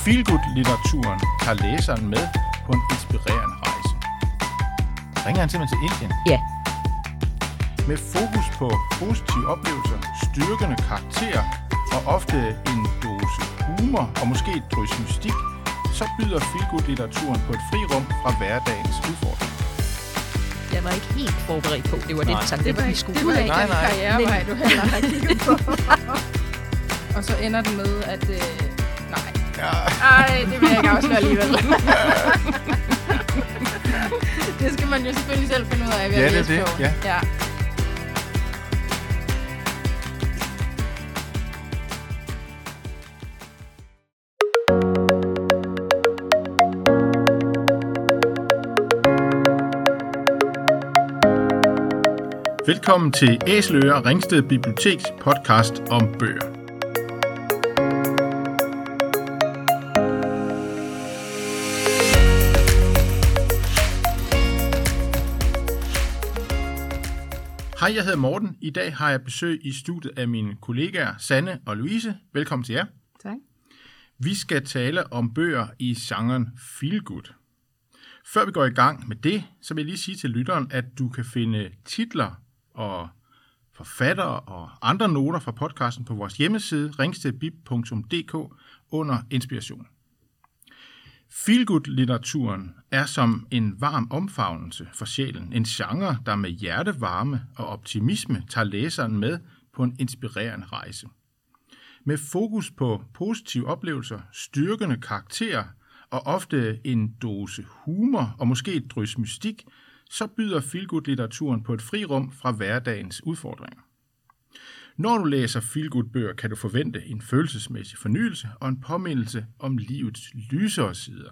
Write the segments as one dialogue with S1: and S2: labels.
S1: Feelgood-litteraturen tager læseren med på en inspirerende rejse. Ringer han simpelthen til Indien?
S2: Ja.
S1: Med fokus på positive oplevelser, styrkende karakterer og ofte en dose humor og måske et drys mystik, så byder Feelgood-litteraturen på et frirum fra hverdagens udfordringer.
S2: Jeg var ikke helt forberedt på, det var det, sådan, det var vi skulle.
S3: Det var ikke den karrierevej, du heller har kigget på. Og så ender den med, at... nej.
S1: Ja.
S3: Ej, det vil jeg ikke afsløre alligevel. Det skal man jo selvfølgelig selv finde ud af, hvad
S1: det er det. Ja. Velkommen til Æseløre Ringsted Biblioteks podcast om bøger. Hej, jeg hedder Morten. I dag har jeg besøg i studiet af mine kollegaer Sanne og Louise. Velkommen til jer.
S3: Tak.
S1: Vi skal tale om bøger i genren feelgood. Før vi går i gang med det, så vil jeg lige sige til lytteren, at du kan finde titler og forfattere og andre noter fra podcasten på vores hjemmeside ringstedbib.dk under inspiration. Feelgood-litteraturen er som en varm omfavnelse for sjælen, en genre, der med hjertevarme og optimisme tager læseren med på en inspirerende rejse. Med fokus på positive oplevelser, styrkende karakterer og ofte en dose humor og måske et drys mystik, så byder feelgood-litteraturen på et frirum fra hverdagens udfordringer. Når du læser feelgood-bøger, kan du forvente en følelsesmæssig fornyelse og en påmindelse om livets lysere sider.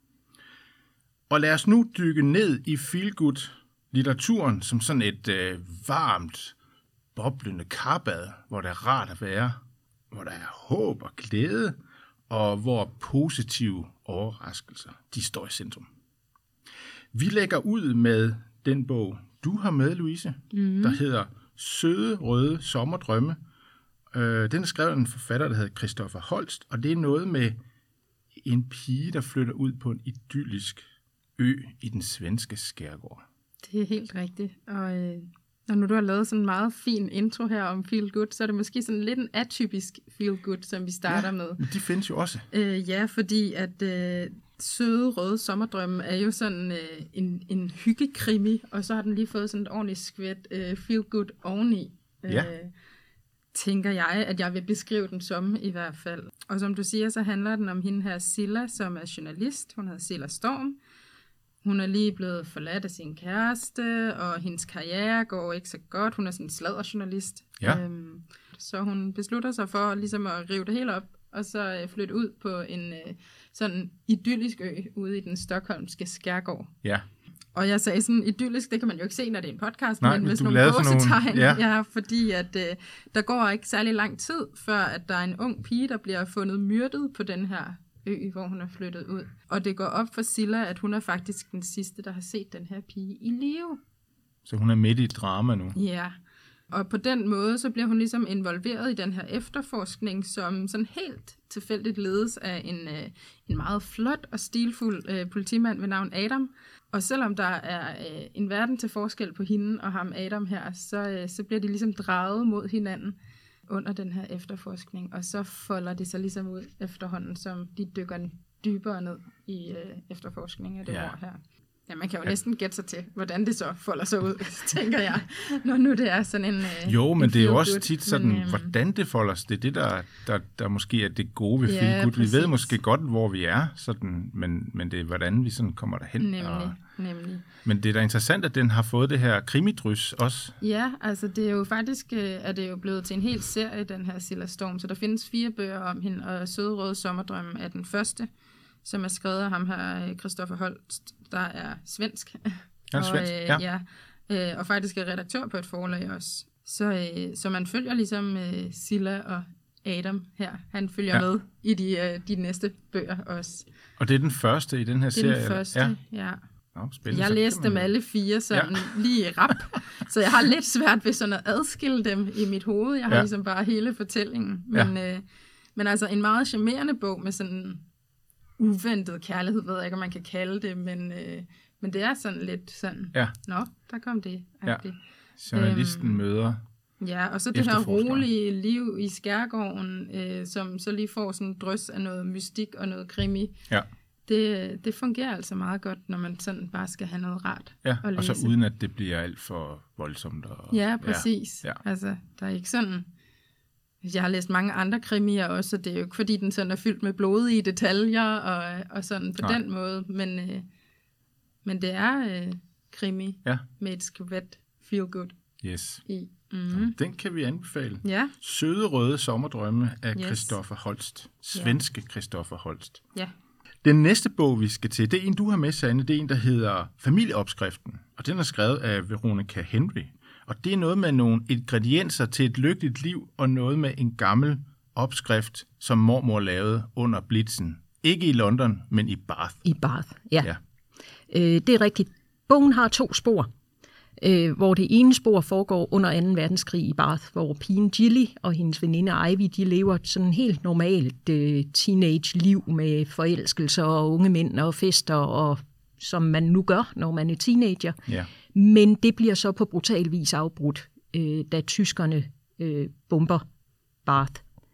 S1: Og lad os nu dykke ned i feelgood-litteraturen som sådan et varmt, boblende karbad, hvor det er rart at være, hvor der er håb og glæde, og hvor positive overraskelser de står i centrum. Vi lægger ud med den bog, du har med, Louise, der hedder Søde Røde Sommerdrømme. Den er skrevet af en forfatter, der hedder Christoffer Holst, og det er noget med en pige, der flytter ud på en idyllisk ø i den svenske skærgård. Det
S3: er helt rigtigt, og når nu du har lavet sådan en meget fin intro her om feel good, så er det måske sådan lidt en atypisk feel good, som vi starter med.
S1: Men de findes jo også.
S3: Ja, fordi at Søde Røde Sommerdrømme er jo sådan en hyggekrimi, og så har den lige fået sådan et ordentligt skvæt feel good oveni. Tænker jeg, at jeg vil beskrive den som i hvert fald. Og som du siger, så handler den om hende her Silla, som er journalist. Hun hedder Silla Storm. Hun er lige blevet forladt af sin kæreste, og hendes karriere går ikke så godt. Hun er sådan en sladderjournalist.
S1: Ja.
S3: Så hun beslutter sig for ligesom at rive det hele op, og så flytte ud på en sådan idyllisk ø ude i den stockholmske skærgård.
S1: Ja.
S3: Og jeg sagde sådan, idyllisk, det kan man jo ikke se, når det er en podcast,
S1: nej,
S3: men med sådan nogle gåsetegn. Ja, fordi at der går ikke særlig lang tid, før at der er en ung pige, der bliver fundet myrdet på den her ø, hvor hun er flyttet ud. Og det går op for Silla, at hun er faktisk den sidste, der har set den her pige i live.
S1: Så hun er midt i et drama nu?
S3: Ja, og på den måde, så bliver hun ligesom involveret i den her efterforskning, som sådan helt tilfældigt ledes af en meget flot og stilfuld politimand ved navn Adam. Og selvom der er en verden til forskel på hende og ham Adam her, så bliver de ligesom draget mod hinanden under den her efterforskning, og så folder det sig ligesom ud efterhånden, som de dykker dybere ned i efterforskningen af det ord her. Ja, man kan jo næsten gætte sig til, hvordan det så folder sig ud, tænker jeg, når nu det er sådan en
S1: jo, men det er jo også tit sådan, hvordan det folder sig. Det er det, der måske er det gode ved feel good. Vi ved måske godt, hvor vi er, sådan, men det er, hvordan vi sådan kommer derhen.
S3: Nemlig.
S1: Men det er da interessant, at den har fået det her krimidrys også.
S3: Ja, altså det er jo faktisk er det jo blevet til en hel serie, den her Silla Storm. Så der findes 4 bøger om hende, og Søde Røde Sommerdrømme er den første, som er skrevet af ham her, Christoffer Holst, der er svensk. Og faktisk er redaktør på et forlag også. Så man følger ligesom Silla og Adam her. Han følger med i de næste bøger også.
S1: Og det er den første i den her serie?
S3: Det er den første, ja.
S1: Spændende.
S3: Jeg læste dem alle 4 sådan lige i rap, så jeg har lidt svært ved sådan at adskille dem i mit hoved. Jeg har ligesom bare hele fortællingen. Men altså en meget charmerende bog med sådan uventet kærlighed, ved jeg ikke, om man kan kalde det, men det er sådan lidt sådan, nå, der kom det. Ja.
S1: Journalisten møder
S3: ja, og så det her rolige liv i skærgården, som så lige får sådan en drøs af noget mystik og noget krimi. Ja. Det fungerer altså meget godt, når man sådan bare skal have noget rart at læse.
S1: Og så uden at det bliver alt for voldsomt.
S3: Ja, præcis. Ja. Altså, der er ikke sådan... Jeg har læst mange andre krimier også, så det er jo ikke fordi, den sådan er fyldt med blodige detaljer og sådan på den måde. Men det er krimi med et skvæt feel good i. Mm-hmm.
S1: Den kan vi anbefale.
S3: Ja.
S1: Søde røde sommerdrømme af Christoffer Holst. Svenske Christoffer Holst. Ja. Den næste bog, vi skal til, det er en, du har med, Sanne. Det er en, der hedder Familieopskriften. Og den er skrevet af Veronica Henry. Og det er noget med nogle ingredienser til et lykkeligt liv, og noget med en gammel opskrift, som mormor lavede under Blitzen. Ikke i London, men i Bath.
S4: I Bath, ja. Det er rigtigt. Bogen har 2 spor, hvor det ene spor foregår under 2. verdenskrig i Bath, hvor pigen Gilly og hendes veninde Ivy, de lever sådan helt normalt teenage-liv med forelskelser og unge mænd og fester, og som man nu gør, når man er teenager. Ja. Men det bliver så på brutal vis afbrudt, da tyskerne bomber Bath.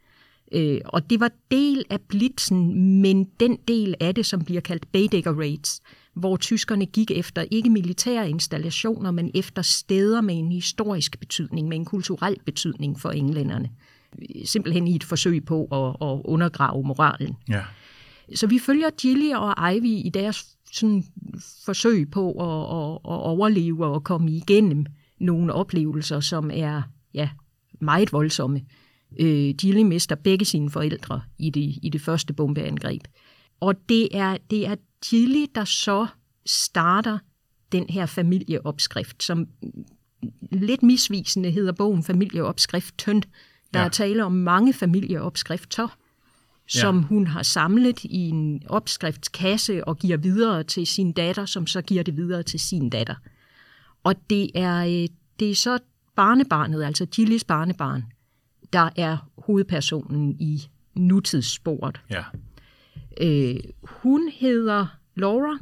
S4: Og det var del af Blitzen, men den del af det, som bliver kaldt Baedeker Raids, hvor tyskerne gik efter ikke militære installationer, men efter steder med en historisk betydning, med en kulturel betydning for englænderne. Simpelthen i et forsøg på at undergrave moralen. Ja. Så vi følger Gilly og Ivy i deres sådan forsøg på at overleve og komme igennem nogle oplevelser, som er meget voldsomme. Gilly mister begge sine forældre i det første bombeangreb. Og det er Gilly, der så starter den her familieopskrift, som lidt misvisende hedder bogen Familieopskriften. Der er tale om mange familieopskrifter, som hun har samlet i en opskriftskasse og giver videre til sin datter, som så giver det videre til sin datter. Og det er så barnebarnet, altså Gillys barnebarn, der er hovedpersonen i nutidssporet. Ja. Hun hedder Laura,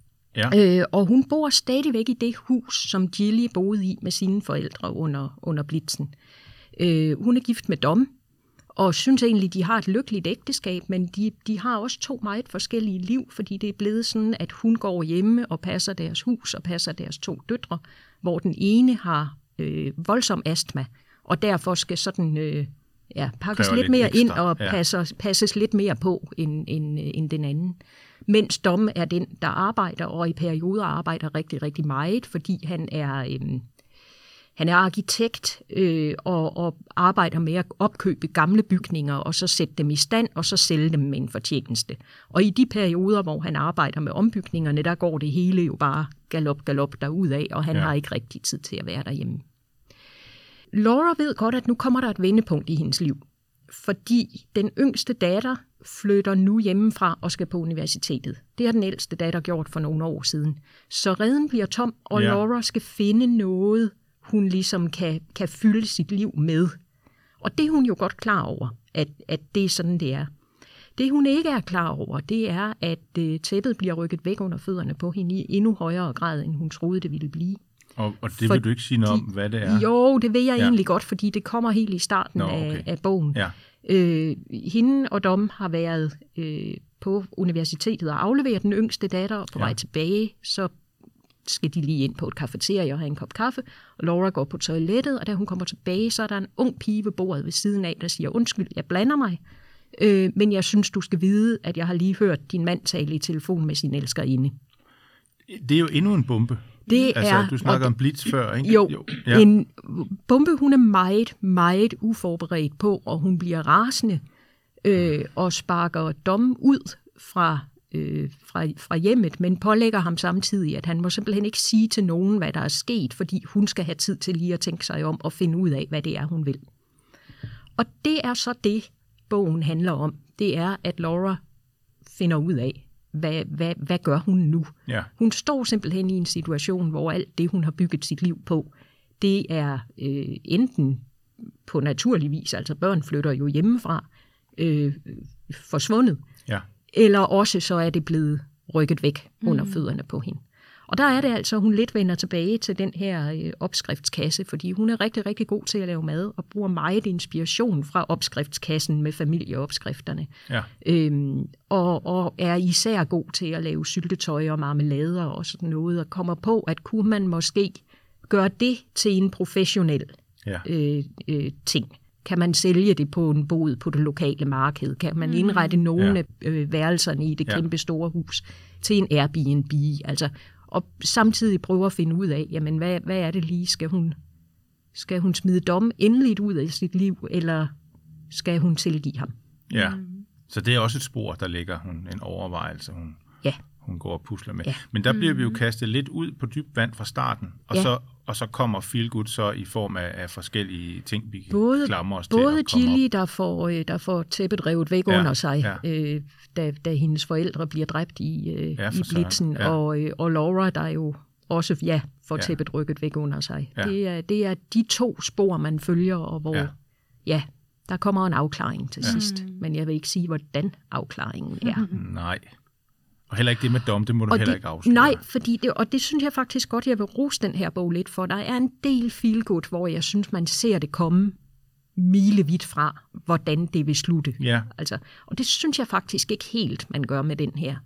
S4: og hun bor stadigvæk i det hus, som Gilly boede i med sine forældre under Blitzen. Hun er gift med Dom, og synes egentlig, de har et lykkeligt ægteskab, men de har også 2 meget forskellige liv, fordi det er blevet sådan, at hun går hjemme og passer deres hus og passer deres 2 døtre, hvor den ene har voldsom astma, og derfor skal sådan pakkes lidt mere ekstra ind og passes lidt mere på end den anden. Mens Dom er den, der arbejder, og i perioder arbejder rigtig, rigtig meget, fordi han er arkitekt og arbejder med at opkøbe gamle bygninger, og så sætte dem i stand, og så sælge dem med en fortjeneste. Og i de perioder, hvor han arbejder med ombygningerne, der går det hele jo bare galop derudad, og han har ikke rigtig tid til at være derhjemme. Laura ved godt, at nu kommer der et vendepunkt i hendes liv, fordi den yngste datter flytter nu hjemmefra og skal på universitetet. Det har den ældste datter gjort for nogle år siden. Så reden bliver tom, og Laura skal finde noget, hun ligesom kan fylde sit liv med. Og det er hun jo godt klar over, at det er sådan, det er. Det hun ikke er klar over, det er, at tæppet bliver rykket væk under fødderne på hende i endnu højere grad, end hun troede, det ville blive.
S1: Og det vil du ikke sige noget om, hvad det er?
S4: Jo, det vil jeg egentlig godt, fordi det kommer helt i starten af bogen. Ja. Hende og Dom har været på universitetet og afleveret den yngste datter, og på vej tilbage, så skal de lige ind på et kafeteria og have en kop kaffe, og Laura går på toilettet, og da hun kommer tilbage, så er der en ung pige ved bordet ved siden af, der siger, undskyld, jeg blander mig, men jeg synes, du skal vide, at jeg har lige hørt din mand tale i telefon med sin elskerinde.
S1: Det er jo endnu en bombe. Du snakker om Blitz før, ikke?
S4: Jo. En bombe, hun er meget, meget uforberedt på, og hun bliver rasende og sparker Dom ud fra hjemmet, men pålægger ham samtidig, at han må simpelthen ikke sige til nogen, hvad der er sket, fordi hun skal have tid til lige at tænke sig om og finde ud af, hvad det er, hun vil. Og det er så det, bogen handler om. Det er, at Laura finder ud af, hvad gør hun nu? Ja. Hun står simpelthen i en situation, hvor alt det, hun har bygget sit liv på, det er enten på naturlig vis, altså børn flytter jo hjemmefra, forsvundet, eller også så er det blevet rykket væk under fødderne på hende. Og der er det altså, hun lidt vender tilbage til den her opskriftskasse, fordi hun er rigtig, rigtig god til at lave mad, og bruger meget inspiration fra opskriftskassen med familieopskrifterne.
S1: Ja.
S4: Og er især god til at lave syltetøj og marmelader og sådan noget, og kommer på, at kunne man måske gøre det til en professionel ting. Kan man sælge det på en bod på det lokale marked? Kan man indrette nogle af værelserne i det kæmpe store hus til en Airbnb? Altså, og samtidig prøve at finde ud af, jamen, hvad er det lige? Skal hun smide Dom endeligt ud af sit liv, eller skal hun tilgive ham?
S1: Ja, så det er også et spor, der ligger en overvejelse, hun går og pusler med. Ja. Men der bliver vi jo kastet lidt ud på dybt vand fra starten, og så kommer Feel Good så i form af forskellige ting, vi kan klamre os til.
S4: Både Gilly, der får tæppet revet væk under sig, da hendes forældre bliver dræbt i blitzen, og Laura, der jo også får tæppet rykket væk under sig. Ja. Det er de 2 spor, man følger, og hvor der kommer en afklaring til sidst. Men jeg vil ikke sige, hvordan afklaringen er.
S1: Nej. Og heller ikke det med Dom, det må du heller ikke afsløre.
S4: Nej, fordi det synes jeg faktisk godt, jeg vil rose den her bog lidt for. Der er en del feel good, hvor jeg synes, man ser det komme milevidt fra, hvordan det vil slutte.
S1: Ja.
S4: Altså, og det synes jeg faktisk ikke helt, man gør med den her.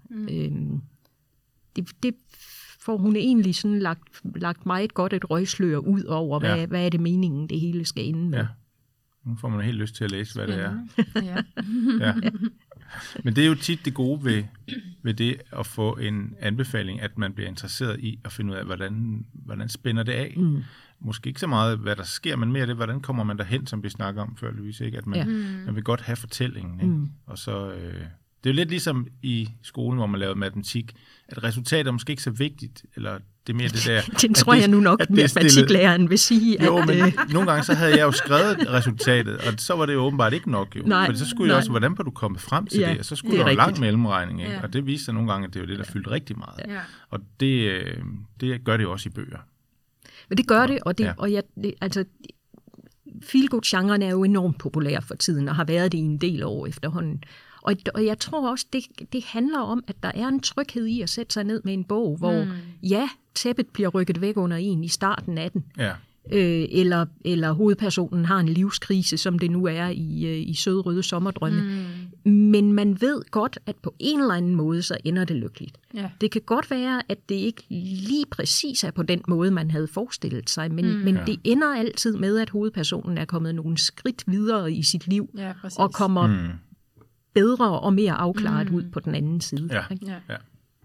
S4: Det får hun egentlig sådan lagt meget godt et røgslør ud over, hvad er det meningen, det hele skal ende med.
S1: Ja. Nu får man helt lyst til at læse, hvad det er. Ja. Men det er jo tit det gode ved det at få en anbefaling, at man bliver interesseret i at finde ud af, hvordan spænder det af. Måske ikke så meget, hvad der sker, men mere det, hvordan kommer man derhen, som vi snakker om før, Louise, ikke? At man vil godt have fortællingen. Ikke? Og så, det er jo lidt ligesom i skolen, hvor man lavede matematik, at resultatet er måske ikke så vigtigt, eller det er mere det der...
S4: Det tror jeg nu nok, matematiklæreren vil sige.
S1: Jo, men nogle gange så havde jeg jo skrevet resultatet, og så var det jo åbenbart ikke nok. Jo. For så skulle jeg også, hvordan var du komme frem til det? Og så skulle der jo lang mellemregning, ikke? Og det viste sig nogle gange, at det var det, der fyldte rigtig meget. Ja. Og det gør det jo også i bøger.
S4: Men det gør det, altså... Feel-good-genren er jo enormt populær for tiden, og har været det i en del år efterhånden. Og jeg tror også, det handler om, at der er en tryghed i at sætte sig ned med en bog, hvor tæppet bliver rykket væk under en i starten af den. Ja. Eller hovedpersonen har en livskrise, som det nu er i Søde-røde sommerdrømme. Men man ved godt, at på en eller anden måde, så ender det lykkeligt. Ja. Det kan godt være, at det ikke lige præcis er på den måde, man havde forestillet sig, men det ender altid med, at hovedpersonen er kommet nogle skridt videre i sit liv, og kommer bedre og mere afklaret ud på den anden side.
S1: Ja.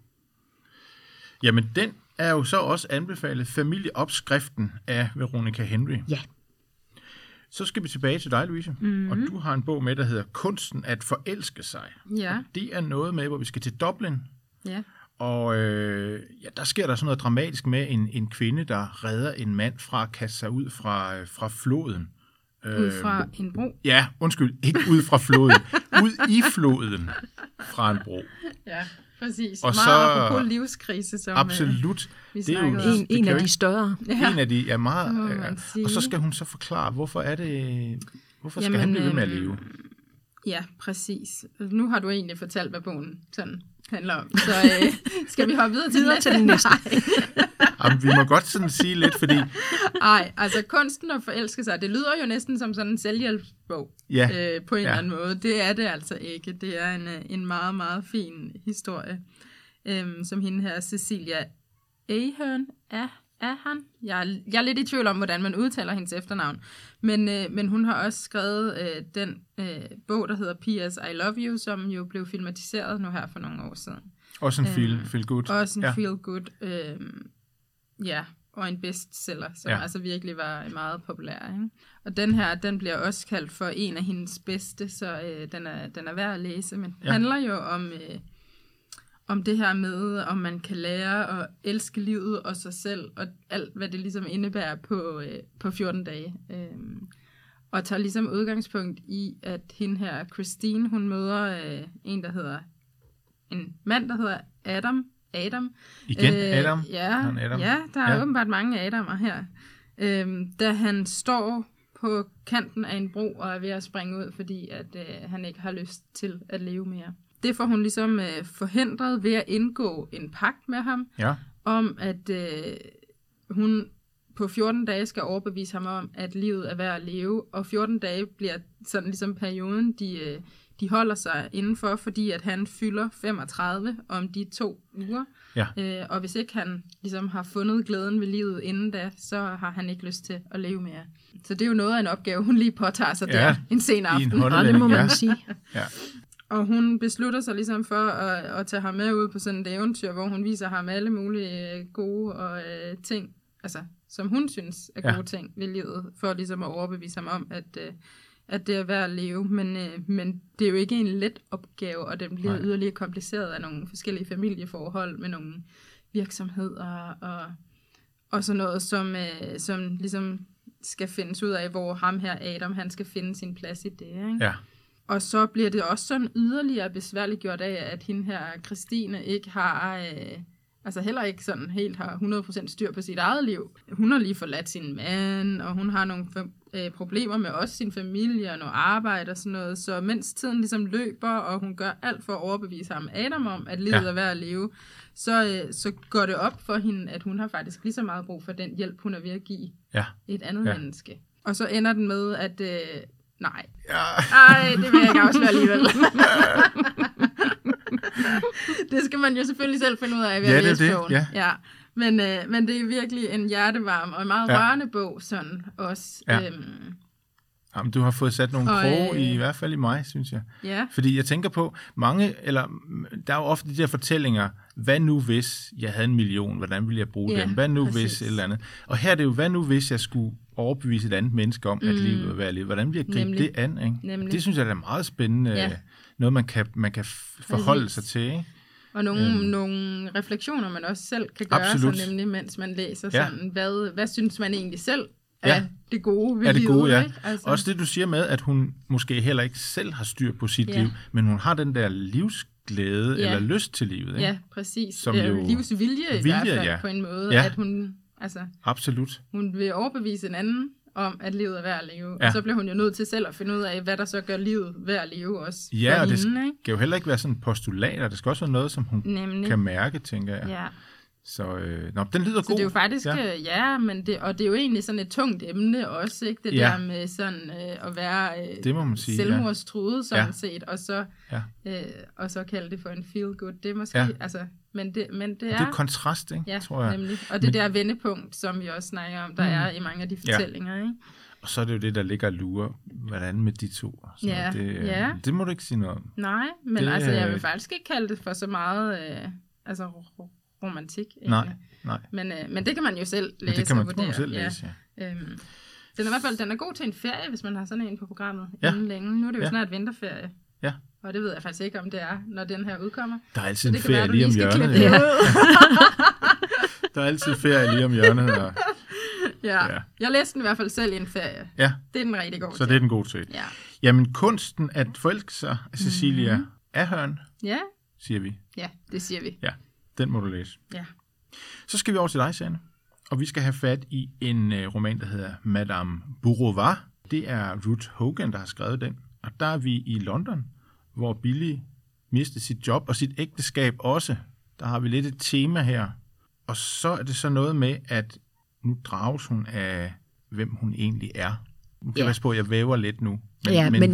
S1: Jamen, den er jo så også anbefalet Familieopskriften af Veronica Henry. Ja. Så skal vi tilbage til dig, Louise. Og du har en bog med, der hedder Kunsten at forelske sig. Ja. Og det er noget med, hvor vi skal til Dublin. Ja. Og der sker der sådan noget dramatisk med en kvinde, der redder en mand fra at kaste sig ud fra floden.
S3: Ud fra en bro?
S1: Ja, undskyld. Ikke ud fra floden. Ud i floden fra en bro.
S3: Ja. Præcis. Og meget apropos livskrise, som
S1: absolut.
S3: Vi
S4: det er jo en af de større.
S1: En af de er meget... og så skal hun så forklare, hvorfor skal han blive ved med at leve?
S3: Ja, præcis. Nu har du egentlig fortalt, hvad bogen sådan handler om. Så skal vi hoppe videre til den næste?
S1: Jamen, vi må godt sådan sige lidt, fordi...
S3: Ej, altså kunsten at forelske sig, det lyder jo næsten som sådan en selvhjælpsbog på en eller anden måde. Det er det altså ikke. Det er en meget, meget fin historie, som hende her, Cecilia Ahern. Jeg er lidt i tvivl om, hvordan man udtaler hendes efternavn. Men hun har også skrevet den bog, der hedder P.S. I Love You, som jo blev filmatiseret nu her for nogle år siden.
S1: Også en feel good.
S3: Også en feel good. Og en bestseller, som altså virkelig var meget populær. Ikke? Og den her, den bliver også kaldt for en af hendes bedste, så den er værd at læse. Men det handler jo om det her med, om man kan lære at elske livet og sig selv, og alt, hvad det ligesom indebærer på 14 dage. Og tager ligesom udgangspunkt i, at hende her, Christine, hun møder en mand, der hedder Adam.
S1: Igen Adam?
S3: Ja, der er åbenbart mange Adam'er her. Da han står på kanten af en bro og er ved at springe ud, fordi at han ikke har lyst til at leve mere. det får hun ligesom forhindret ved at indgå en pagt med ham, om at hun på 14 dage skal overbevise ham om, at livet er værd at leve, og 14 dage bliver sådan ligesom perioden, de holder sig indenfor, fordi at han fylder 35 om de 2 uger. Ja. Og hvis ikke han ligesom har fundet glæden ved livet inden da, så har han ikke lyst til at leve mere. Så det er jo noget af en opgave, hun lige påtager sig der en sen aften.
S4: Det må man sige.
S1: Ja.
S3: Og hun beslutter sig ligesom for at tage ham med ud på sådan et eventyr, hvor hun viser ham alle mulige gode ting, altså som hun synes er gode ting ved livet, for ligesom at overbevise ham om, at det er værd at leve. Men det er jo ikke en let opgave, og den bliver yderligere kompliceret af nogle forskellige familieforhold med nogle virksomheder og sådan noget, som ligesom skal findes ud af, hvor ham her Adam, han skal finde sin plads i det. Ikke?
S1: Ja.
S3: Og så bliver det også sådan yderligere besværligt gjort af, at hende her Christine ikke har, altså heller ikke sådan helt har 100% styr på sit eget liv. Hun har lige forladt sin mand, og hun har nogle problemer med også sin familie og noget arbejde og sådan noget. Så mens tiden ligesom løber, og hun gør alt for at overbevise ham Adam om, at livet er værd at leve, så går det op for hende, at hun har faktisk lige så meget brug for den hjælp, hun er ved at give et andet menneske. Og så ender den med, at nej. Ej, det vil jeg ikke afsløre alligevel. Det skal man jo selvfølgelig selv finde ud af ved at læse bogen. Ja. Men det er virkelig en hjertevarm og en meget rørende bog, sådan også. Ja.
S1: Jamen, du har fået sat nogle kroge, i hvert fald i mig, synes jeg. Ja. Fordi jeg tænker på, der er jo ofte de der fortællinger, hvad nu hvis jeg havde 1 million, hvordan ville jeg bruge dem? Hvad nu hvis et eller andet? Og her er det jo, hvad nu hvis jeg skulle overbevise et andet menneske om, at livet er værd at leve? Hvordan vil jeg gribe det an? Ikke? Det synes jeg er meget spændende. Noget, man kan forholde sig til, ikke?
S3: Og nogle refleksioner, man også selv kan gøre sig, nemlig mens man læser sådan, hvad synes man egentlig selv er det gode ved livet? Ikke? Altså.
S1: Også det, du siger med, at hun måske heller ikke selv har styr på sit liv, men hun har den der livsglæde eller lyst til livet. Ikke?
S3: Ja, præcis. Som livsvilje i hvert fald på en måde, at hun, altså,
S1: absolut.
S3: Hun vil overbevise en anden om, at livet er værd at leve. Og så bliver hun jo nødt til selv at finde ud af, hvad der så gør livet værd at leve også.
S1: Ja, og det skal jo heller ikke være sådan postulater. Det skal også være noget, som hun kan mærke, tænker jeg. Ja. Så den lyder god.
S3: Så det er jo faktisk, men det er jo egentlig sådan et tungt emne også, ikke? Det der med sådan at være
S1: det må man sige,
S3: selvmordstruet sådan set, og så kalde det for en feel good. Det er måske, altså, men det er...
S1: Det er kontrast, ikke?
S3: Tror jeg. Nemlig. Og det der vendepunkt, som vi også snakker om, der er i mange af de fortællinger, ikke?
S1: Og så er det jo det, der ligger og lurer, hvordan med de to. Det må du ikke sige noget om.
S3: Nej, men altså, jeg vil faktisk ikke kalde det for så meget, romantik.
S1: Nej.
S3: Men det kan man jo selv læse.
S1: Det kan man selv læse,
S3: Den er i hvert fald den er god til en ferie, hvis man har sådan en på programmet inden længe. Nu er det jo snart vinterferie. Ja. Og det ved jeg faktisk ikke, om det er, når den her udkommer.
S1: Der er altid en ferie lige om hjørnet. Der er altid ferie lige om hjørnet.
S3: Jeg læste den i hvert fald selv i en ferie. Ja. Det er den rigtig god til.
S1: Så det er den god til. Ja. Jamen, kunsten at forelske sig af Cecilia Ahern, siger vi.
S3: Ja, det siger vi.
S1: Ja, den må du læse. Ja. Så skal vi over til dig, Sanne. Og vi skal have fat i en roman, der hedder Madame Bourgeois. Det er Ruth Hogan, der har skrevet den. Og der er vi i London, hvor Billy mistede sit job og sit ægteskab også. Der har vi lidt et tema her. Og så er det så noget med, at nu drages hun af, hvem hun egentlig er. Nu kan jeg passe på, at jeg væver lidt nu.
S4: Men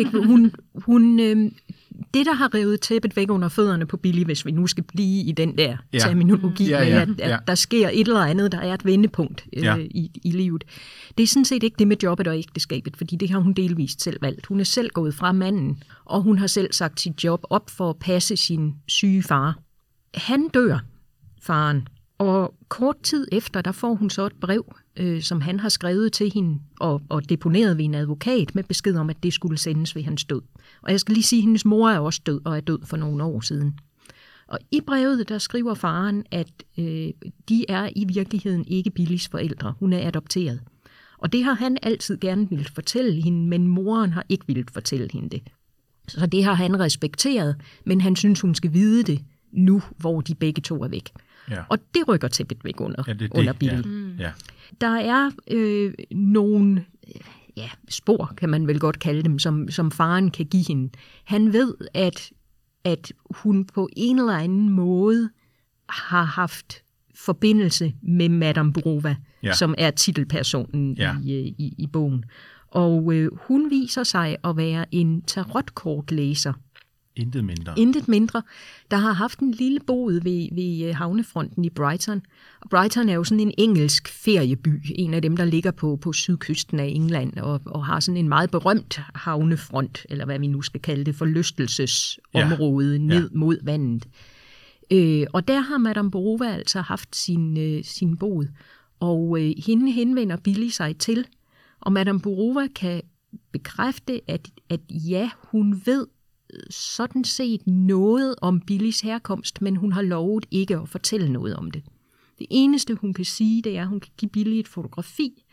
S4: det, der har revet tæppet væk under fødderne på Billy, hvis vi nu skal blive i den der terminologi, at der sker et eller andet, der er et vendepunkt i livet. Det er sådan set ikke det med jobbet og ægteskabet, fordi det har hun delvist selv valgt. Hun er selv gået fra manden, og hun har selv sagt sit job op for at passe sin syge far. Han dør, faren, og kort tid efter, der får hun så et brev, som han har skrevet til hende og deponeret ved en advokat med besked om, at det skulle sendes ved hans død. Og jeg skal lige sige, at hendes mor er også død og er død for nogle år siden. Og i brevet, der skriver faren, at de er i virkeligheden ikke Billys forældre. Hun er adopteret. Og det har han altid gerne ville fortælle hende, men moren har ikke ville fortælle hende det. Så det har han respekteret, men han synes, hun skal vide det nu, hvor de begge to er væk. Ja. Og det rykker tæppet væk under Billy. Ja. Der er nogle spor, kan man vel godt kalde dem, som faren kan give hende. Han ved, at at hun på en eller anden måde har haft forbindelse med Madame Bourova, som er titelpersonen i bogen. Og hun viser sig at være en tarotkortlæser. Intet mindre. Der har haft en lille bod ved havnefronten i Brighton. Og Brighton er jo sådan en engelsk ferieby, en af dem, der ligger på sydkysten af England, og har sådan en meget berømt havnefront, eller hvad vi nu skal kalde det, forlystelsesområde ned mod vandet. Og der har Madame Bourova altså haft sin bod, og hende henvender Billy sig til, og Madame Bourova kan bekræfte, at ja, hun ved sådan set noget om Billys herkomst, men hun har lovet ikke at fortælle noget om det. Det eneste, hun kan sige, det er, at hun kan give Billy et fotografi,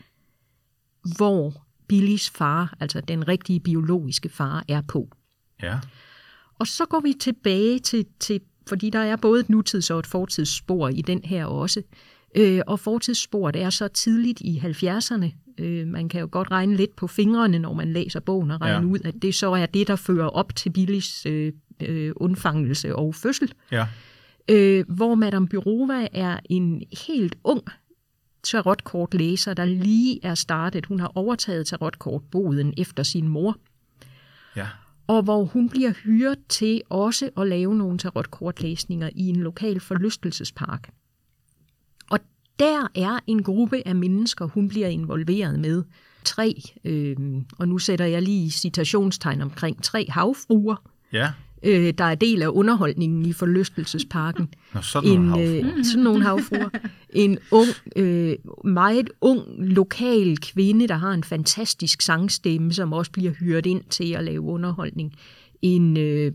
S4: hvor Billys far, altså den rigtige biologiske far, er på.
S1: Ja. Og
S4: så går vi tilbage til fordi der er både et nutids- og et fortidsspor i den her også. Og fortidssporet er så tidligt i 70'erne. Man kan jo godt regne lidt på fingrene, når man læser bogen og regne ud, at det så er det, der fører op til Billys undfangelse og fødsel. Ja. Hvor Madame Bourova er en helt ung tarotkortlæser, der lige er startet. Hun har overtaget tarotkortboden efter sin mor. Ja. Og hvor hun bliver hyret til også at lave nogle tarotkortlæsninger i en lokal forlystelsespark. Og der er en gruppe af mennesker, hun bliver involveret med. 3, og nu sætter jeg lige citationstegn omkring, 3 havfruer, der er del af underholdningen i forlystelsesparken.
S1: Sådan
S4: nogle havfruer. En ung, meget ung lokal kvinde, der har en fantastisk sangstemme, som også bliver hyret ind til at lave underholdning. En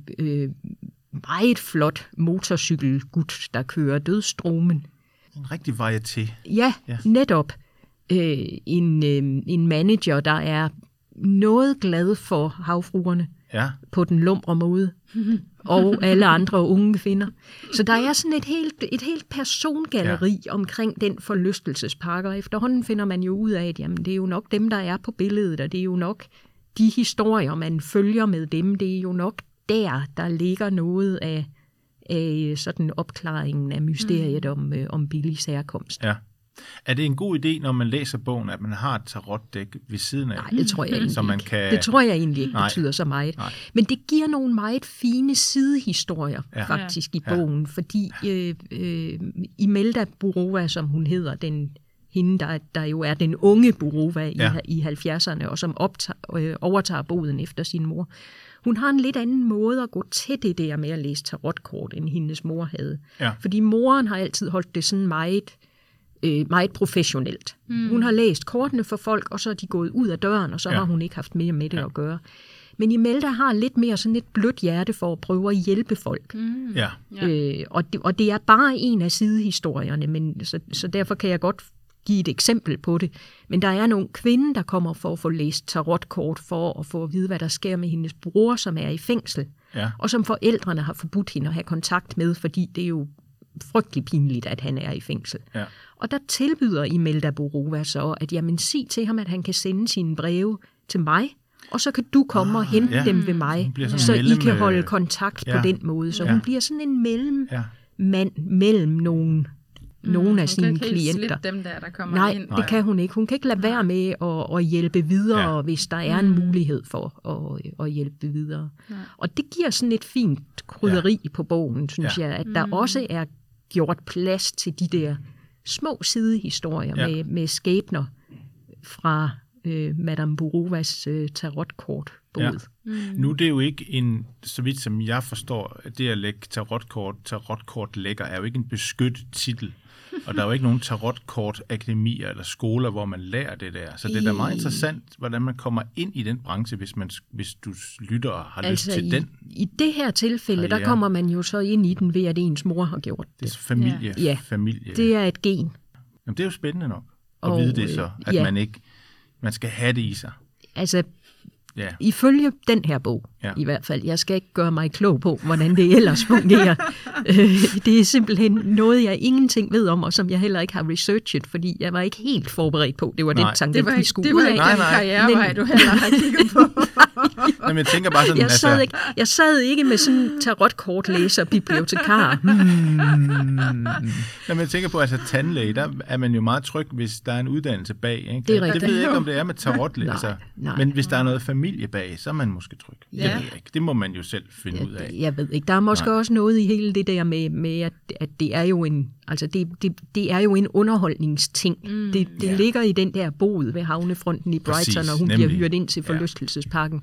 S4: meget flot motorcykelgut, der kører dødstromen.
S1: En rigtig varieté.
S4: Ja, netop. En manager, der er noget glad for havfruerne på den lumre måde, og alle andre unge kvinder. Så der er sådan et helt persongalleri omkring den forlystelsespark, og efterhånden finder man jo ud af, at jamen, det er jo nok dem, der er på billedet, og det er jo nok de historier, man følger med dem, det er jo nok der ligger noget af sådan opklaringen af mysteriet om Billys herkomst.
S1: Ja. Er det en god idé, når man læser bogen, at man har et tarotdæk ved siden af?
S4: Nej, det tror jeg egentlig ikke.
S1: Kan...
S4: Det tror jeg egentlig ikke betyder så meget. Nej. Men det giver nogle meget fine sidehistorier faktisk i bogen, fordi Imelda Bourova, som hun hedder, hende, der jo er den unge Bourova i 70'erne, og som overtager boden efter sin mor, hun har en lidt anden måde at gå til det der med at læse tarotkort, end hendes mor havde. Ja. Fordi moren har altid holdt det sådan meget professionelt. Hun har læst kortene for folk, og så er de gået ud af døren, og så har hun ikke haft mere med det at gøre. Men Imelda har lidt mere sådan et blødt hjerte for at prøve at hjælpe folk. Og det er bare en af sidehistorierne, men så derfor kan jeg godt give et eksempel på det. Men der er nogle kvinder, der kommer for at få læst tarotkort, for at få at vide, hvad der sker med hendes bror, som er i fængsel, og som forældrene har forbudt hende at have kontakt med, fordi det er jo frygtelig pinligt, at han er i fængsel. Ja. Og der tilbyder Imelda Bourova så, at jamen, sig til ham, at han kan sende sine breve til mig, og så kan du komme og hente dem ved mig, så I kan holde kontakt på den måde. Så hun bliver sådan en mellemmand mellem nogle af sine klienter.
S3: Dem der kommer ind.
S4: Nej, det kan hun ikke. Hun kan ikke lade være med at hjælpe videre, hvis der er en mulighed for at hjælpe videre. Ja. Og det giver sådan et fint krydderi på bogen, synes jeg, at der også er gjort plads til de der små sidehistorier med skæbner fra Madame Bourovas tarotkortbod.
S1: Ja. Nu er det jo ikke så vidt som jeg forstår, at det at lægge tarotkortlægger er jo ikke en beskyttet titel. Og der er jo ikke nogen tarotkortakademier eller skoler, hvor man lærer det der. Så det er da meget interessant, hvordan man kommer ind i den branche, hvis du lytter og har lyst til den.
S4: I det her tilfælde, der kommer man jo så ind i den ved, at ens mor har gjort det.
S1: Det er familie.
S4: Det er et gen.
S1: Jamen, det er jo spændende nok at vide det så, at man skal have det i sig.
S4: Altså, ifølge den her bog, i hvert fald. Jeg skal ikke gøre mig klog på, hvordan det ellers fungerer. Det er simpelthen noget, jeg ingenting ved om, og som jeg heller ikke har researchet, fordi jeg var ikke helt forberedt på. Det var den tangent, vi skulle ud af.
S3: Det var ikke den karrierevej, du heller har kigget på.
S1: Jamen, jeg tænker bare sådan,
S4: Jeg sad ikke med sådan en tarotkortlæser bibliotekar.
S1: Jamen, jeg tænker på, altså tandlæge, der er man jo meget tryg, hvis der er en uddannelse bag. Ikke?
S4: Det er rigtigt.
S1: Det ved jeg ikke, om det er med tarotlæser.
S4: Nej.
S1: Men hvis der er noget familie bag, så er man måske tryg.
S3: Ja.
S1: Det ved jeg ikke. Det må man jo selv finde ud af.
S4: Jeg ved ikke. Der er måske også noget i hele det der med at det er jo en, altså det er jo en underholdningsting. Det ligger i den der bod ved havnefronten i Brighton,
S1: Præcis,
S4: og hun
S1: nemlig.
S4: bliver hyret ind til forlystelsesparken.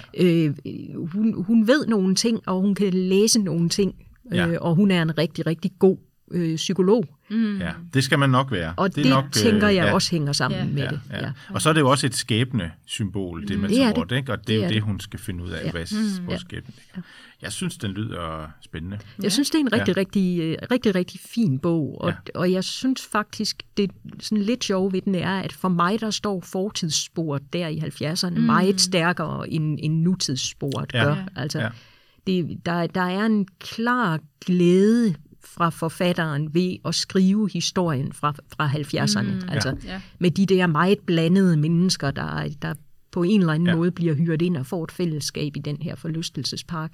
S4: Hun ved nogle ting, og hun kan læse nogle ting, og hun er en rigtig, rigtig god psykolog.
S1: Ja, det skal man nok være.
S4: Og det nok, tænker jeg også hænger sammen med det.
S1: Ja. Og så er det jo også et skæbne-symbol, det med tarot, ikke? Og det er jo det, hun skal finde ud af, hvad skæbne er. Jeg synes, den lyder spændende.
S4: Jeg synes, det er en rigtig fin bog, og jeg synes faktisk, det sådan lidt sjove ved den er, at for mig, der står fortidssporet der i 70'erne meget stærkere end nutidssporet gør. Altså, der er en klar glæde fra forfatteren ved at skrive historien fra 70'erne. Altså med de der meget blandede mennesker, der på en eller anden måde bliver hyret ind og får et fællesskab i den her forlystelsespark.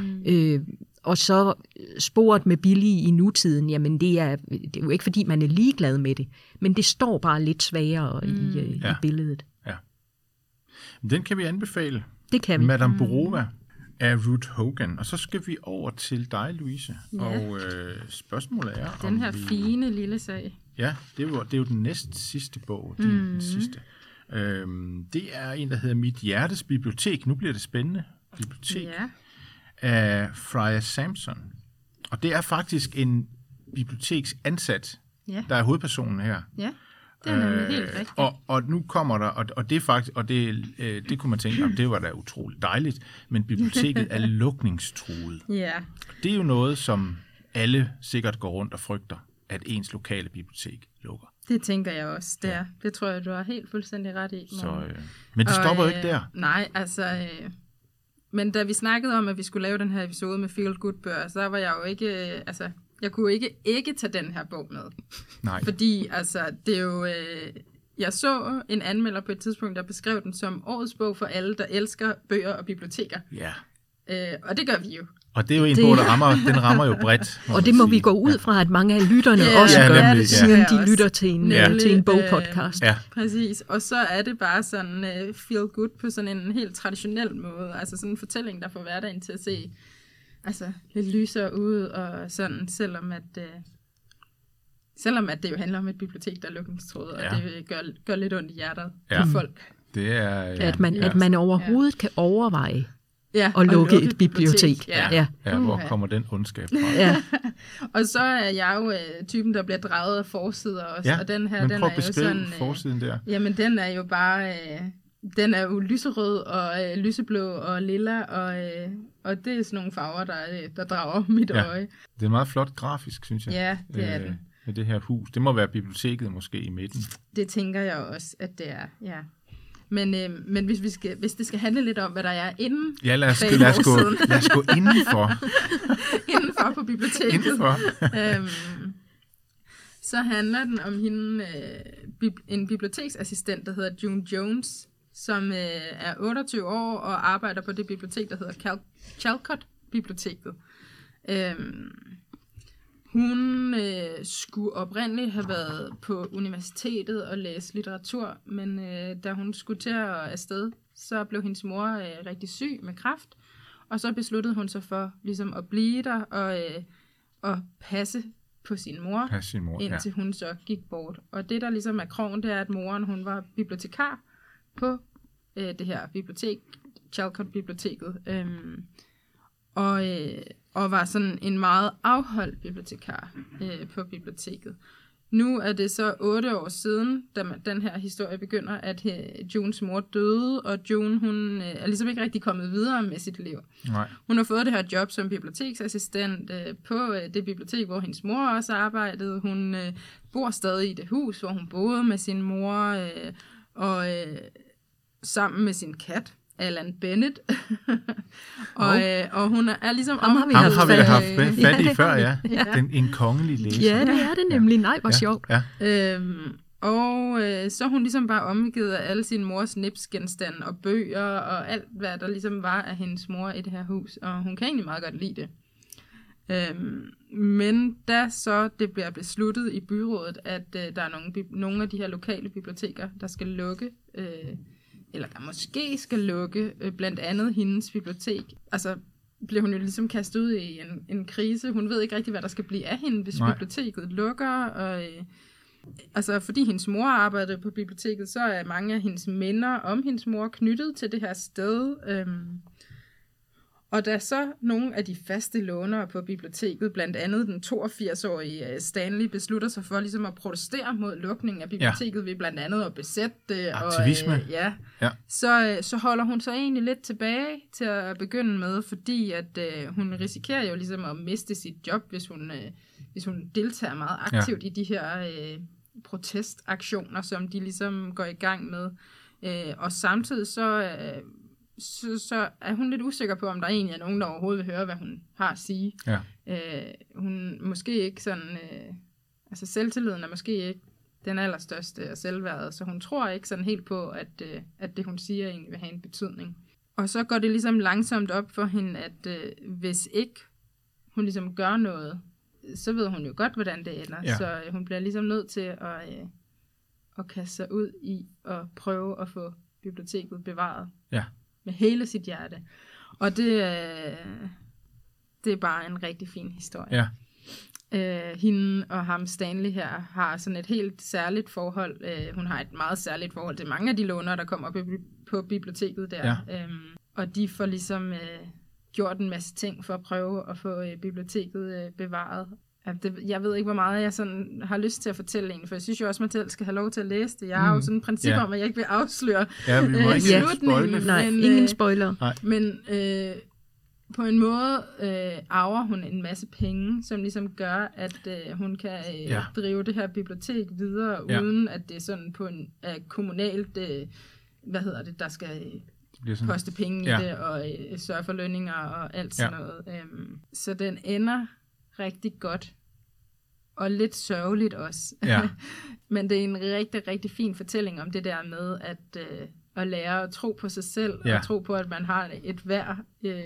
S4: Og så sporet med Billy i nutiden, jamen det er jo ikke fordi man er ligeglad med det, men det står bare lidt svagere i billedet.
S1: Ja. Den kan vi anbefale.
S4: Det kan vi.
S1: Madame Bourova af Ruth Hogan. Og så skal vi over til dig, Louise. Ja. Og spørgsmålet er,
S3: den her fine lille sag.
S1: Ja, det er jo den næst sidste bog. Den sidste. Det er en, der hedder Mit Hjertes Bibliotek. Nu bliver det spændende. Bibliotek. Af Freya Sampson. Og det er faktisk en biblioteksansat, der er hovedpersonen her.
S3: Ja. Det er nemlig helt rigtigt.
S1: Og nu kommer der, og det er faktisk, og det kunne man tænke, om det var da utroligt dejligt, men biblioteket er lukningstruet.
S3: Ja.
S1: Det er jo noget, som alle sikkert går rundt og frygter, at ens lokale bibliotek lukker.
S3: Det tænker jeg også, det er. Det tror jeg, du har helt fuldstændig ret i.
S1: Men det stopper jo ikke der.
S3: Nej, altså... men da vi snakkede om, at vi skulle lave den her episode med Feel Good-bøger, så var jeg jo ikke... jeg kunne ikke tage den her bog med.
S1: Nej.
S3: Fordi, altså, det er jo... jeg så en anmelder på et tidspunkt, der beskrev den som årets bog for alle, der elsker bøger og biblioteker.
S1: Ja.
S3: Og det gør vi jo.
S1: Og det er jo en bog, den rammer jo bredt.
S4: Og det må vi gå ud fra, at mange af lytterne også gør, siden de lytter til en bogpodcast.
S3: Præcis. Og så er det bare sådan feel good på sådan en helt traditionel måde. Altså sådan en fortælling, der får hverdagen til at se lidt lysere ud, og sådan, selvom at det jo handler om et bibliotek, der er lukningstruet, og det gør lidt ondt i hjertet på folk.
S1: Det er...
S4: At man overhovedet kan overveje at lukke et bibliotek.
S1: Hvor kommer den ondskab fra?
S3: Og så er jeg jo typen, der bliver draget af forsider også, og den her,
S1: men
S3: den
S1: prøv
S3: er
S1: at beskrive
S3: jo sådan...
S1: forsiden der.
S3: Jamen, den er jo bare... den er jo lyserød og lyseblå og lilla, og det er sådan nogle farver, der drager mit øje. Det
S1: er meget flot grafisk, synes jeg.
S3: Ja, det er det.
S1: Med det her hus. Det må være biblioteket måske i midten.
S3: Det tænker jeg også, at det er, ja. Men hvis det skal handle lidt om, hvad der er inden.
S1: Ja, lad os gå indenfor.
S3: Indenfor på biblioteket.
S1: Indenfor.
S3: Så handler den om hende, en biblioteksassistent, der hedder June Jones, som er 28 år og arbejder på det bibliotek, der hedder Chalcott-biblioteket. Hun skulle oprindeligt have været på universitetet og læse litteratur, men da hun skulle til at afsted, så blev hendes mor rigtig syg med kræft, og så besluttede hun sig for ligesom at blive der og passe på sin mor, indtil hun så gik bort. Og det, der ligesom er krogen, det er, at moren hun var bibliotekar på det her bibliotek, Chalcott-biblioteket, og var sådan en meget afholdt bibliotekar på biblioteket. Nu er det så 8 år siden, da den her historie begynder, at Junes mor døde, og June, hun er ligesom ikke rigtig kommet videre med sit liv.
S1: Nej.
S3: Hun har fået det her job som biblioteksassistent på det bibliotek, hvor hendes mor også arbejdede. Hun bor stadig i det hus, hvor hun boede med sin mor, og sammen med sin kat, Alan Bennett. og hun er ligesom...
S4: Ham har vi
S1: haft fat i før, ja. En kongelig læser.
S4: Ja, det er det nemlig. Nej, hvor sjovt.
S1: Ja.
S3: Og så er hun ligesom bare omgivet af alle sine mors nipsgenstande og bøger og alt, hvad der ligesom var af hendes mor i det her hus. Og hun kan egentlig meget godt lide det. Men da så det bliver besluttet i byrådet, at der er nogle af de her lokale biblioteker, der skal lukke, eller der måske skal lukke, blandt andet hendes bibliotek, altså bliver hun jo ligesom kastet ud i en krise. Hun ved ikke rigtig, hvad der skal blive af hende, hvis biblioteket lukker. Og, altså, fordi hendes mor arbejdede på biblioteket, så er mange af hendes minder om hendes mor knyttet til det her sted. Og da så nogle af de faste lånere på biblioteket, blandt andet den 82-årige Stanley, beslutter sig for ligesom at protestere mod lukningen af biblioteket ved blandt andet at besætte det.
S1: Aktivisme.
S3: Og, så holder hun sig egentlig lidt tilbage til at begynde med, fordi at hun risikerer jo ligesom at miste sit job, hvis hun deltager meget aktivt i de her protestaktioner, som de ligesom går i gang med. Og samtidig så er hun lidt usikker på, om der egentlig er nogen, der overhovedet vil høre, hvad hun har at sige. Ja. Hun måske ikke sådan... altså selvtilliden er måske ikke den allerstørste af selvværdet, så hun tror ikke sådan helt på, at det, hun siger, egentlig vil have en betydning. Og så går det ligesom langsomt op for hende, at hvis ikke hun ligesom gør noget, så ved hun jo godt, hvordan det ender. Ja. Så hun bliver ligesom nødt til at kaste sig ud i at prøve at få biblioteket bevaret. Ja. Med hele sit hjerte. Og det er bare en rigtig fin historie. Ja. Hende og ham Stanley her har sådan et helt særligt forhold. Hun har et meget særligt forhold til mange af de lånere, der kommer på biblioteket der. Ja. Og de får ligesom gjort en masse ting for at prøve at få biblioteket bevaret. Jeg ved ikke, hvor meget jeg sådan har lyst til at fortælle en, for jeg synes jo også, at man selv skal have lov til at læse det. Jeg har jo sådan et princip om, at jeg ikke vil afsløre
S1: slutningen.
S4: Nej, ingen spoiler.
S3: Men på en måde arver hun en masse penge, som ligesom gør, at hun kan drive det her bibliotek videre, uden at det er sådan på en kommunalt, der skal poste penge i det, og sørge for lønninger og alt sådan noget. Så den ender rigtig godt, og lidt sørgeligt også. Ja. Men det er en rigtig, rigtig fin fortælling om det der med at lære at tro på sig selv, og tro på, at man har et værd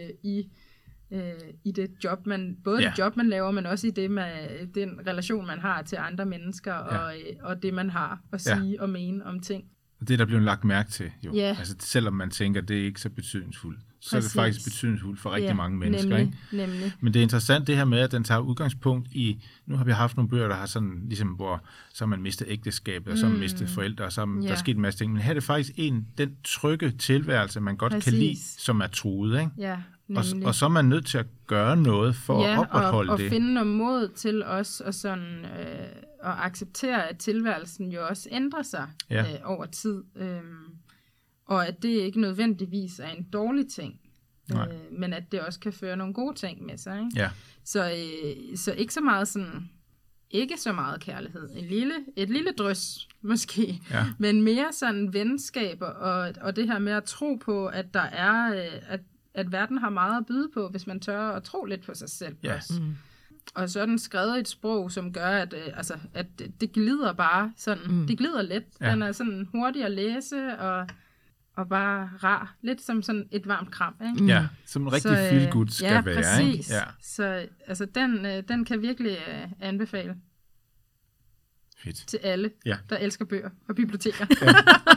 S3: i det job, det job, man laver, men også i det den relation, man har til andre mennesker, og det, man har at sige og mene om ting.
S1: Det, der bliver lagt mærke til, jo. Yeah. Altså, selvom man tænker, det er ikke så betydningsfuldt, så er det faktisk betydningsfuldt for rigtig mange mennesker. Nemlig. Men det er interessant det her med, at den tager udgangspunkt i, nu har vi haft nogle bøger, der har sådan, ligesom, hvor så har man mistet ægteskabet, og så har man mistet forældre, og så der er sket en masse ting. Men her er det faktisk den trygge tilværelse, man godt kan lide, som er truet, ikke? Ja. Og så er man nødt til at gøre noget for at opretholde det.
S3: Og finde noget mod til os, og sådan at acceptere, at tilværelsen jo også ændrer sig over tid. Og at det ikke nødvendigvis er en dårlig ting, men at det også kan føre nogle gode ting med sig. Ikke? Ja. Så ikke så meget sådan, ikke så meget kærlighed. Et lille drys måske, men mere sådan venskaber og det her med at tro på, at der er at verden har meget at byde på, hvis man tør at tro lidt på sig selv også. Og så er den skrevet et sprog, som gør, at det glider bare sådan, det glider let. Ja. Den er sådan hurtig at læse, og bare rar. Lidt som sådan et varmt kram, ikke?
S1: Ja, som en rigtig feel-good skal være.
S3: Præcis.
S1: Ikke?
S3: Så altså, den kan virkelig anbefale.
S1: Fedt.
S3: Til alle, der elsker bøger og biblioteker.
S1: Ja.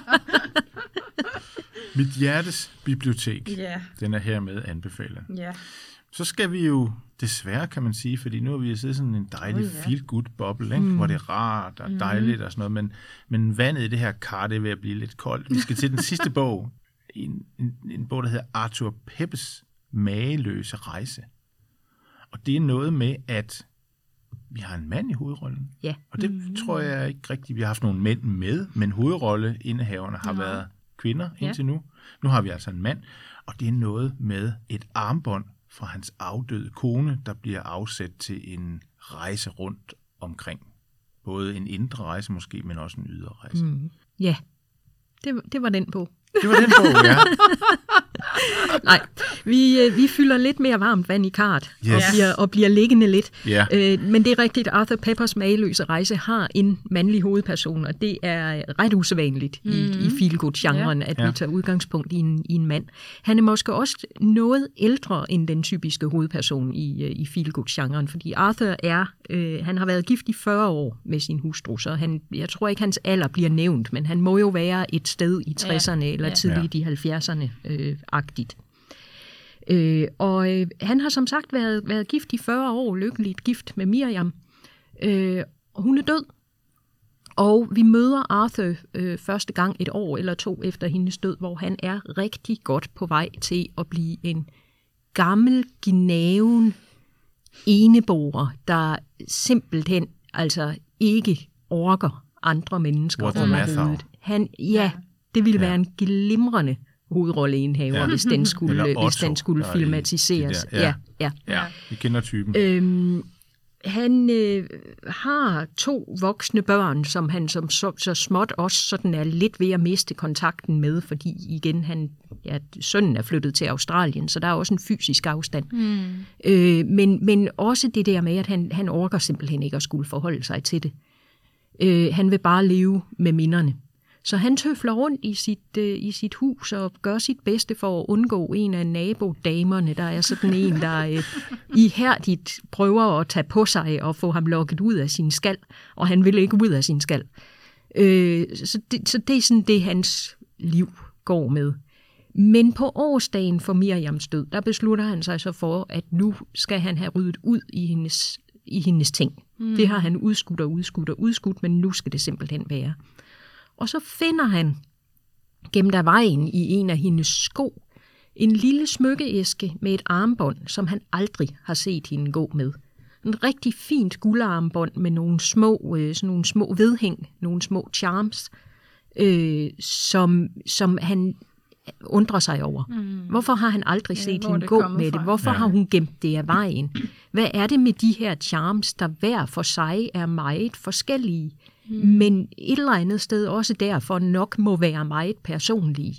S1: Mit hjertes bibliotek, den er hermed anbefalet. Ja. Så skal vi jo, desværre kan man sige, fordi nu har vi siddet sådan en dejlig feel-good-boble, hvor det er rart og dejligt og sådan noget, men vandet i det her kar, det er ved at blive lidt koldt. Vi skal til den sidste bog, en bog, der hedder Arthur Peppes Mageløse Rejse. Og det er noget med, at vi har en mand i hovedrollen. Ja. Og det tror jeg ikke rigtigt, vi har haft nogle mænd med, men hovedrolleindehaverne har været kvinder indtil nu. Nu har vi altså en mand, og det er noget med et armbånd fra hans afdøde kone, der bliver afsat til en rejse rundt omkring. Både en indre rejse måske, men også en ydre rejse.
S4: Ja, det var den bog.
S1: Det var den bog, ja.
S4: Nej, vi fylder lidt mere varmt vand i kart,
S1: Yes.
S4: og bliver liggende lidt.
S1: Ja.
S4: Men det er rigtigt, at Arthur Peppers Mageløse Rejse har en mandlig hovedperson, og det er ret usædvanligt i feel-good-genren, at vi tager udgangspunkt i en mand. Han er måske også noget ældre end den typiske hovedperson i feel-good-genren, fordi Arthur han har været gift i 40 år med sin hustru, så jeg tror ikke, hans alder bliver nævnt, men han må jo være et sted i 60'erne eller tidligt i 70'erne-agtigt. Han har som sagt været gift i 40 år, lykkeligt gift med Miriam. Hun er død, og vi møder Arthur første gang 1 år eller 2 efter hendes død, hvor han er rigtig godt på vej til at blive en gammel, gnaven eneboer, der simpelthen altså ikke orker andre mennesker overhovedet. Det ville være en glimrende hovedrolleindehaver, hvis den skulle filmatiseres.
S1: Ja, vi kender typen.
S4: Han har 2 voksne børn, som han så småt også sådan er lidt ved at miste kontakten med, fordi igen, sønnen er flyttet til Australien, så der er også en fysisk afstand. Men også det der med, at han orker simpelthen ikke at skulle forholde sig til det. Han vil bare leve med minderne. Så han tøfler rundt i sit hus og gør sit bedste for at undgå en af nabodamerne. Der er sådan en, der ihærdigt prøver at tage på sig og få ham lokket ud af sin skal, og han vil ikke ud af sin skal. Så det er sådan det, hans liv går med. Men på årsdagen for Miriams død, der beslutter han sig så for, at nu skal han have ryddet ud i hendes ting. Det har han udskudt, men nu skal det simpelthen være. Og så finder han gennem der vejen i en af hendes sko en lille smykkeæske med et armbånd, som han aldrig har set hende gå med. En rigtig fint guldarmbånd med nogle små vedhæng, nogle små charms, som han undrer sig over. Hvorfor har han aldrig set hende gå med det? Hvorfor har hun gemt det af vejen? Hvad er det med de her charms, der hver for sig er meget forskellige, men et eller andet sted også derfor nok må være meget personlige?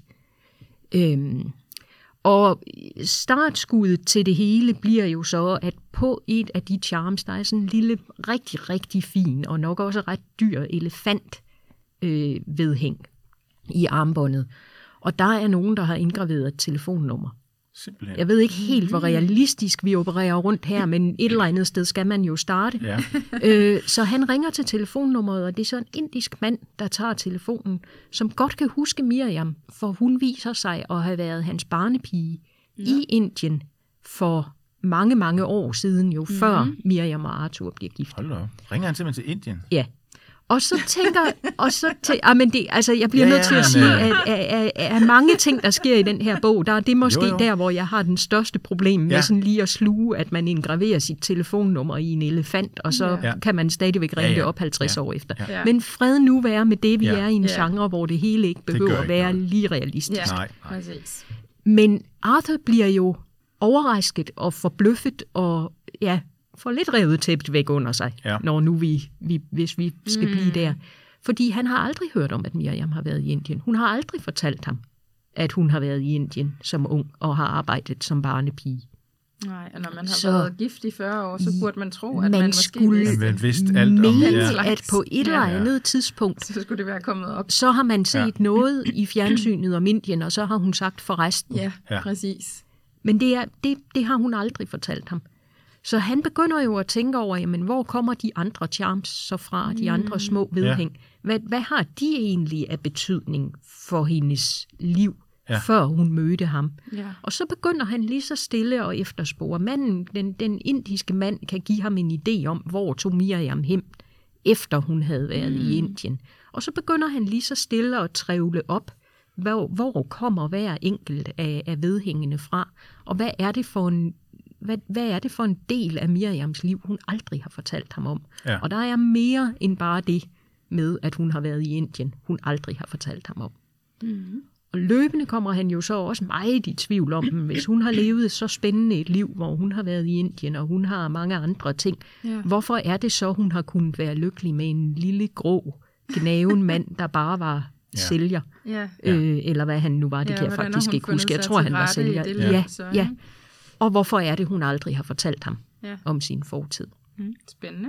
S4: Og startskuddet til det hele bliver jo så, at på et af de charms, der er sådan en lille, rigtig, rigtig fin og nok også ret dyr elefant vedhæng i armbåndet. Og der er nogen, der har indgraveret et telefonnummer. Simpelthen. Jeg ved ikke helt, hvor realistisk vi opererer rundt her, men et eller andet sted skal man jo starte. Ja. Så han ringer til telefonnummeret, og det er så en indisk mand, der tager telefonen, som godt kan huske Miriam, for hun viser sig at have været hans barnepige i Indien for mange, mange år siden, jo før Miriam og Arthur bliver gift.
S1: Hold da op. Ringer han simpelthen til Indien?
S4: Ja. Og så jeg bliver nødt til at sige, at mange ting, der sker i den her bog, det er måske der, hvor jeg har den største problem med sådan lige at sluge, at man indgraverer sit telefonnummer i en elefant, og så kan man stadigvæk ringe det op 50 år efter. Ja. Men fred nu være med det, vi er i en genre, hvor det hele ikke behøver at være lige realistisk. Ja. Nej. Præcis. Men Arthur bliver jo overrasket og forbløffet og får lidt revet tæppet væk under sig, når nu hvis vi skal blive der. Fordi han har aldrig hørt om, at Miriam har været i Indien. Hun har aldrig fortalt ham, at hun har været i Indien som ung og har arbejdet som barnepige.
S3: Nej, og når man har været gift i 40 år, så burde man tro, at man
S4: skulle
S3: vidste
S1: alt om
S4: at på et eller andet tidspunkt,
S3: så skulle det være kommet op.
S4: Så har man set noget i fjernsynet om Indien, og så har hun sagt forresten.
S3: Ja, præcis.
S4: Men det har hun aldrig fortalt ham. Så han begynder jo at tænke over, jamen, hvor kommer de andre charms så fra, de andre små vedhæng? Hvad har de egentlig af betydning for hendes liv, før hun mødte ham? Ja. Og så begynder han lige så stille og efterspore. Manden, den indiske mand kan give ham en idé om, hvor tog Miriam hen, efter hun havde været i Indien. Og så begynder han lige så stille at trævle op, hvor kommer hver enkelt af vedhængene fra, og hvad er det for en del af Miriams liv, hun aldrig har fortalt ham om. Ja. Og der er mere end bare det med, at hun har været i Indien, hun aldrig har fortalt ham om. Og løbende kommer han jo så også meget i tvivl om, hvis hun har levet så spændende et liv, hvor hun har været i Indien, og hun har mange andre ting. Ja. Hvorfor er det så, hun har kunnet være lykkelig med en lille grå, gnaven mand, der bare var sælger.
S3: Ja.
S4: Eller hvad han nu var, det kan jeg faktisk ikke huske. Jeg tror, han var sælger. Ja. Og hvorfor er det, hun aldrig har fortalt ham om sin fortid?
S3: Spændende.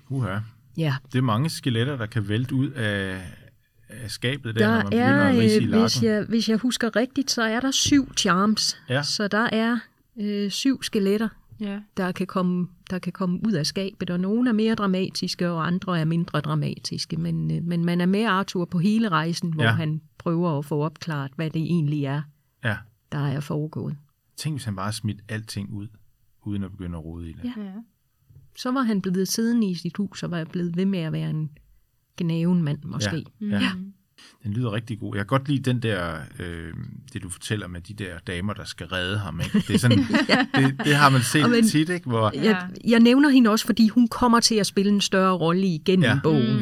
S4: Ja.
S1: Det er mange skeletter, der kan vælte ud af skabet der, når man begynder at ridse i lakken.
S4: Hvis jeg husker rigtigt, så er der 7 charms.
S1: Ja.
S4: Så der er 7 skeletter, der kan komme ud af skabet, og nogle er mere dramatiske, og andre er mindre dramatiske. Men man er med Arthur på hele rejsen, hvor han prøver at få opklaret, hvad det egentlig er, der er foregået.
S1: Tænk, hvis han bare smidt alting ud, uden at begynde at rode i det.
S4: Ja. Så var han blevet siddende i sit hus, og var blevet ved med at være en gnaven mand, måske.
S1: Ja. Den lyder rigtig god. Jeg kan godt lide den der, det du fortæller med de der damer, der skal redde ham. Ikke? Det er sådan, det har man set tit, ikke? Hvor...
S4: Jeg nævner hende også, fordi hun kommer til at spille en større rolle igennem bogen,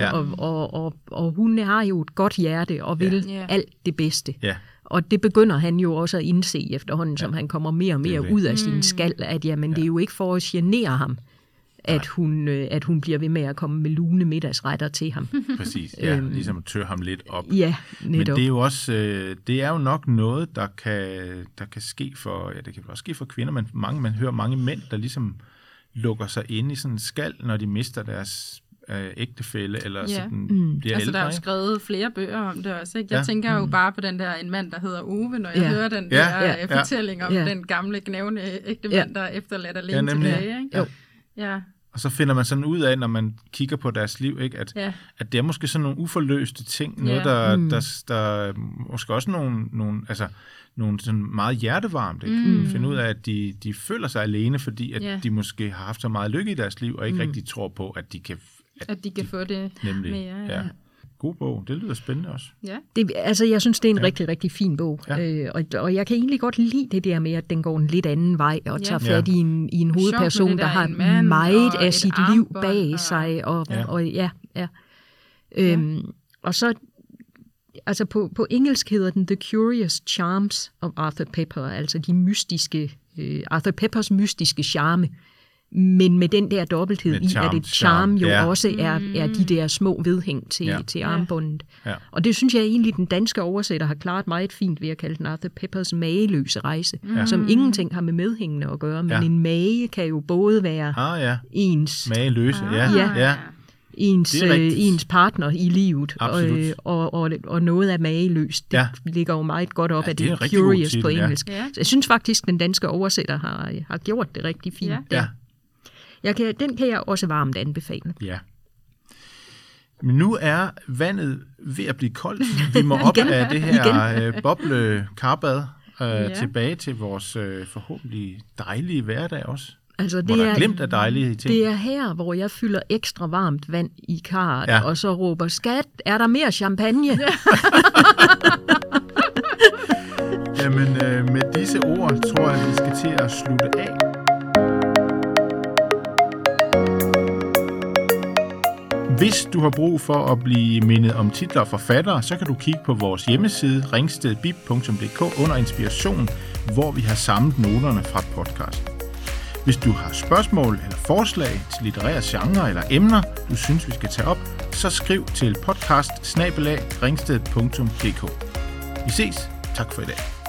S4: og hun har jo et godt hjerte og vil alt det bedste. Ja. Og det begynder han jo også at indse efterhånden, som han kommer mere og mere ud af sin skal, at det er jo ikke for at genere ham, at hun bliver ved med at komme med lune middagsretter til ham.
S1: Præcis, ligesom at tørre ham lidt op.
S4: Ja, netop.
S1: Men det er jo også, det er jo nok noget, der kan ske for, det kan også ske for kvinder, men man hører mange mænd, der ligesom lukker sig inde i sådan en skal, når de mister deres ægtefælle, eller sådan bliver ældre.
S3: Der er jo skrevet flere bøger om det også, ikke? Jeg tænker jo bare på den der En mand, der hedder Ove, når jeg hører den der fortælling om den gamle gnævne ægtemand, der er efterladt alene tilbage, ikke?
S4: Jo.
S3: Ja.
S1: Og så finder man sådan ud af, når man kigger på deres liv, ikke, at det er måske sådan nogle uforløste ting, noget, der måske også nogle sådan meget hjertevarmt. Ikke? Man finder ud af, at de føler sig alene, fordi at de måske har haft så meget lykke i deres liv, og ikke rigtig tror på, at de kan...
S3: At de kan få det mere.
S1: Ja. God bog. Det lyder spændende også.
S4: Ja. Jeg synes, det er en rigtig, rigtig fin bog. Ja. Og jeg kan egentlig godt lide det der med, at den går en lidt anden vej og tager fat i en hovedperson, der har meget af sit liv bag sig. Og så, altså på engelsk hedder den The Curious Charms of Arthur Pepper, altså de mystiske, Arthur Peppers mystiske charme. Men med den der dobbelthed i, at et charm jo også er de der små vedhæng til armbåndet. Ja. Og det synes jeg egentlig, den danske oversætter har klaret meget fint ved at kalde den Arthur Peppers mageløse rejse, som ingenting har med medhængende at gøre, men en mage kan jo både være ens...
S1: Mageløse,
S4: ens partner i livet, og noget af mageløst. Det ligger jo meget godt op af det curious på engelsk. Ja. Så jeg synes faktisk, den danske oversætter har gjort det rigtig fint. Ja. Den kan jeg også varmt anbefale.
S1: Ja. Men nu er vandet ved at blive koldt. Vi må op af det her boble-karbad tilbage til vores forhåbentlig dejlige hverdag også.
S4: Altså,
S1: hvor der er glemt af dejlige ting.
S4: Det er her, hvor jeg fylder ekstra varmt vand i karret, og så råber, skat, er der mere champagne?
S1: Jamen, med disse ord tror jeg, vi skal til at slutte af. Hvis du har brug for at blive mindet om titler og forfattere, så kan du kigge på vores hjemmeside ringstedbib.dk under inspiration, hvor vi har samlet noterne fra podcasten. Hvis du har spørgsmål eller forslag til litterære genre eller emner, du synes, vi skal tage op, så skriv til podcast@ringsted.dk. Vi ses. Tak for i dag.